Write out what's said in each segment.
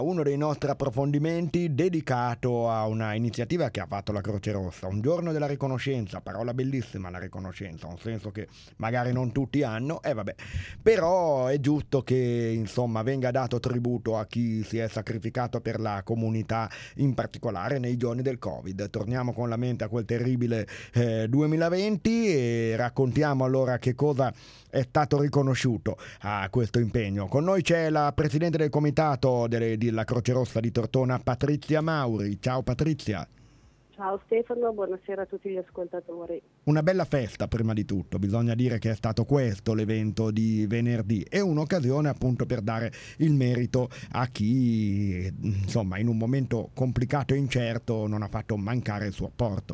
Uno dei nostri approfondimenti dedicato a una iniziativa che ha fatto la Croce Rossa, un giorno della riconoscenza, parola bellissima la riconoscenza, un senso che magari non tutti hanno, vabbè, però è giusto che insomma venga dato tributo a chi si è sacrificato per la comunità, in particolare nei giorni del Covid. Torniamo con la mente a quel terribile 2020 e raccontiamo allora che cosa è stato riconosciuto a questo impegno. Con noi c'è la presidente del comitato della Croce Rossa di Tortona, Patrizia Mauri. Ciao Patrizia. Ciao Stefano, buonasera a tutti gli ascoltatori. Una bella festa prima di tutto, bisogna dire che è stato questo l'evento di venerdì e un'occasione appunto per dare il merito a chi insomma in un momento complicato e incerto non ha fatto mancare il suo apporto.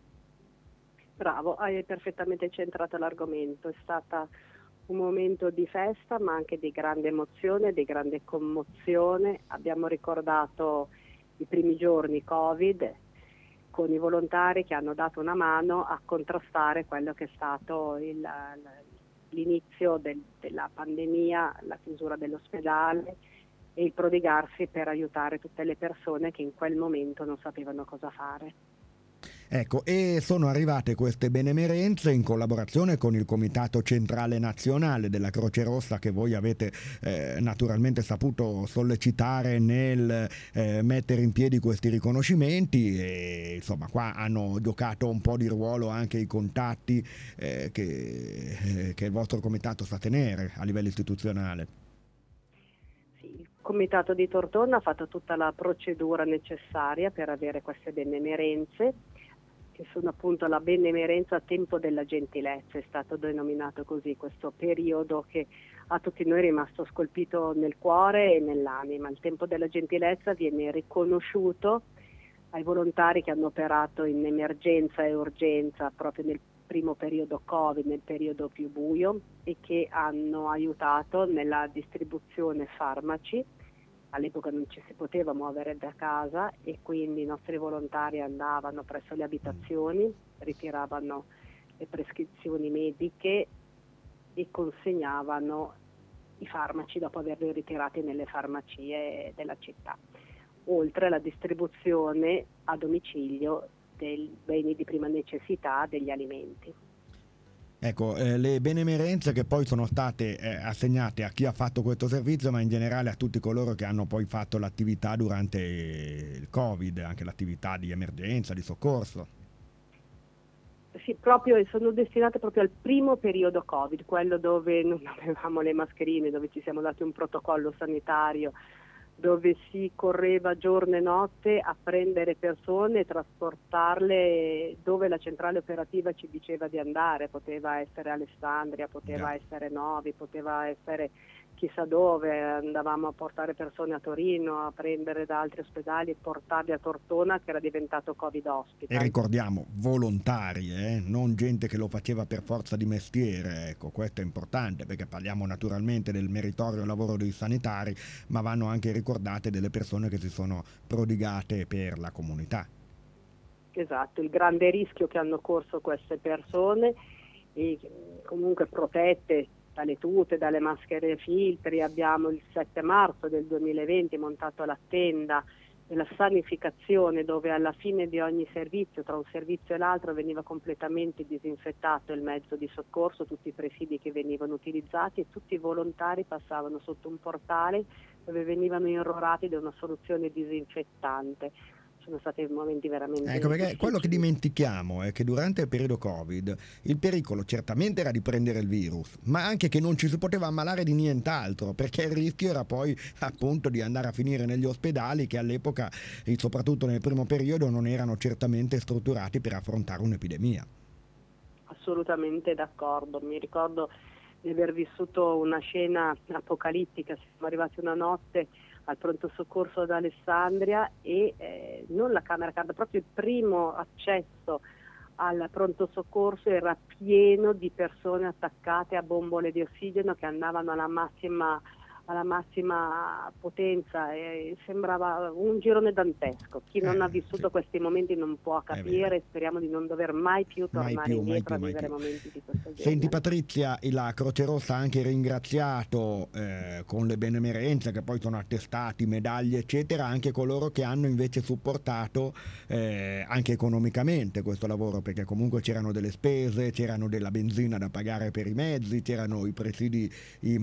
Bravo, hai perfettamente centrato l'argomento. È stata un momento di festa ma anche di grande emozione, di grande commozione. Abbiamo ricordato i primi giorni Covid con i volontari che hanno dato una mano a contrastare quello che è stato l'inizio della pandemia, la chiusura dell'ospedale e il prodigarsi per aiutare tutte le persone che in quel momento non sapevano cosa fare. Ecco, e sono arrivate queste benemerenze in collaborazione con il Comitato Centrale Nazionale della Croce Rossa che voi avete naturalmente saputo sollecitare nel mettere in piedi questi riconoscimenti e insomma qua hanno giocato un po' di ruolo anche i contatti che il vostro comitato sa tenere a livello istituzionale. Sì, il Comitato di Tortona ha fatto tutta la procedura necessaria per avere queste benemerenze, che sono appunto la benemerenza a tempo della gentilezza, è stato denominato così questo periodo che a tutti noi è rimasto scolpito nel cuore e nell'anima. Il tempo della gentilezza viene riconosciuto ai volontari che hanno operato in emergenza e urgenza proprio nel primo periodo Covid, nel periodo più buio, e che hanno aiutato nella distribuzione farmaci. All'epoca non ci si poteva muovere da casa e quindi i nostri volontari andavano presso le abitazioni, ritiravano le prescrizioni mediche e consegnavano i farmaci dopo averli ritirati nelle farmacie della città, oltre alla distribuzione a domicilio dei beni di prima necessità, degli alimenti. Ecco, le benemerenze che poi sono state assegnate a chi ha fatto questo servizio, ma in generale a tutti coloro che hanno poi fatto l'attività durante il Covid, anche l'attività di emergenza, di soccorso. Sì, proprio sono destinate proprio al primo periodo Covid, quello dove non avevamo le mascherine, dove ci siamo dati un protocollo sanitario, dove si correva giorno e notte a prendere persone e trasportarle dove la centrale operativa ci diceva di andare. Poteva essere Alessandria, Già. poteva essere Novi, poteva essere chissà dove. Andavamo a portare persone a Torino, a prendere da altri ospedali e portarli a Tortona, che era diventato Covid E Hospital. ricordiamo, volontari, non gente che lo faceva per forza di mestiere, ecco, questo è importante perché parliamo naturalmente del meritorio lavoro dei sanitari, ma vanno anche ricordate delle persone che si sono prodigate per la comunità. Esatto, il grande rischio che hanno corso queste persone, e comunque protette dalle tute, dalle maschere e filtri. Abbiamo il 7 marzo del 2020 montato la tenda della sanificazione, dove alla fine di ogni servizio, tra un servizio e l'altro, veniva completamente disinfettato il mezzo di soccorso, tutti i presidi che venivano utilizzati, e tutti i volontari passavano sotto un portale dove venivano irrorati da una soluzione disinfettante. Sono stati momenti Ecco, veramente perché quello che difficili. dimentichiamo è che durante il periodo Covid il pericolo certamente era di prendere il virus, ma anche che non ci si poteva ammalare di nient'altro, perché il rischio era poi appunto di andare a finire negli ospedali che all'epoca, e soprattutto nel primo periodo, non erano certamente strutturati per affrontare un'epidemia. Assolutamente d'accordo. Mi ricordo di aver vissuto una scena apocalittica. Siamo arrivati una notte al pronto soccorso ad Alessandria e non la camera calda, proprio il primo accesso al pronto soccorso era pieno di persone attaccate a bombole di ossigeno che andavano alla massima alla massima potenza e sembrava un girone dantesco. Chi non ha vissuto questi momenti non può capire, speriamo di non dover mai più tornare indietro a vivere momenti di questo genere. Senti Patrizia, la Croce Rossa ha anche ringraziato con le benemerenze che poi sono attestati, medaglie eccetera, anche coloro che hanno invece supportato anche economicamente questo lavoro, perché comunque c'erano delle spese, c'erano della benzina da pagare per i mezzi, c'erano i presidi,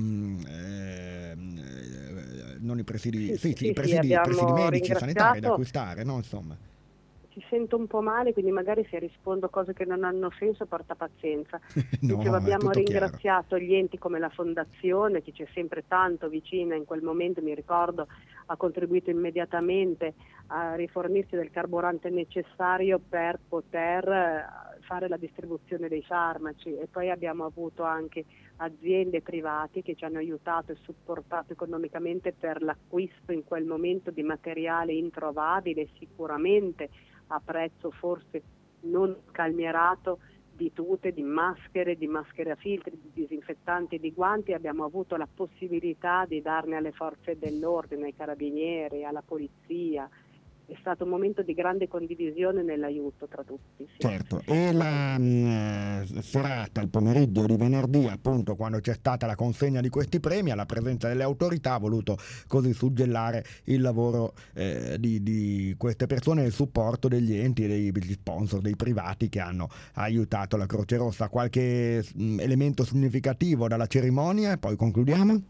non i presidi, i presidi medici e sanitari da acquistare, no? Insomma. Ci sento un po' male, quindi magari se rispondo cose che non hanno senso porta pazienza. No, Dicevo, abbiamo ringraziato chiaro. gli enti come la Fondazione, che ci è sempre tanto vicina in quel momento, mi ricordo, ha contribuito immediatamente a rifornirci del carburante necessario per poter fare la distribuzione dei farmaci, e poi abbiamo avuto anche aziende private che ci hanno aiutato e supportato economicamente per l'acquisto in quel momento di materiale introvabile, sicuramente a prezzo forse non calmierato, di tute, di maschere a filtri, di disinfettanti, di guanti. Abbiamo avuto la possibilità di darne alle forze dell'ordine, ai carabinieri, alla polizia. È stato un momento di grande condivisione nell'aiuto tra tutti. Sì. Certo, e la serata, il pomeriggio di venerdì, appunto, quando c'è stata la consegna di questi premi, alla presenza delle autorità, ha voluto così suggellare il lavoro di queste persone e il supporto degli enti, degli sponsor, dei privati che hanno aiutato la Croce Rossa. Qualche elemento significativo dalla cerimonia e poi concludiamo?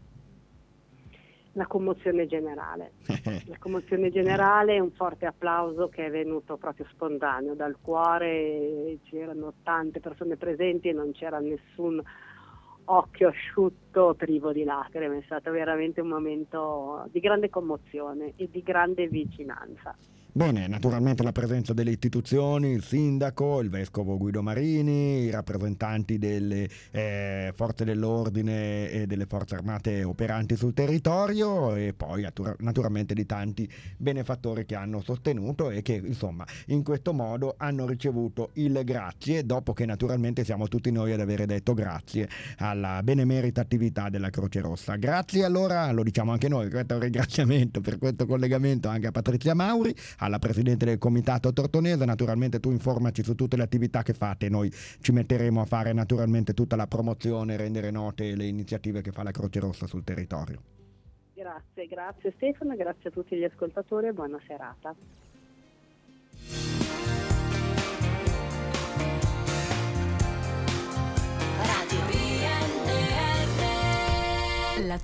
La commozione generale. La commozione generale è un forte applauso che è venuto proprio spontaneo dal cuore, c'erano tante persone presenti e non c'era nessun occhio asciutto privo di lacrime. È stato veramente un momento di grande commozione e di grande vicinanza. Bene, naturalmente la presenza delle istituzioni, il sindaco, il vescovo Guido Marini, i rappresentanti delle forze dell'ordine e delle forze armate operanti sul territorio, e poi naturalmente di tanti benefattori che hanno sostenuto e che insomma in questo modo hanno ricevuto il grazie, dopo che naturalmente siamo tutti noi ad avere detto grazie alla benemerita attività della Croce Rossa. Grazie, allora lo diciamo anche noi, questo è un ringraziamento per questo collegamento anche a Patrizia Mauri, alla Presidente del Comitato Tortonese. Naturalmente tu informaci su tutte le attività che fate, noi ci metteremo a fare naturalmente tutta la promozione, rendere note le iniziative che fa la Croce Rossa sul territorio. Grazie Stefano, grazie a tutti gli ascoltatori e buona serata.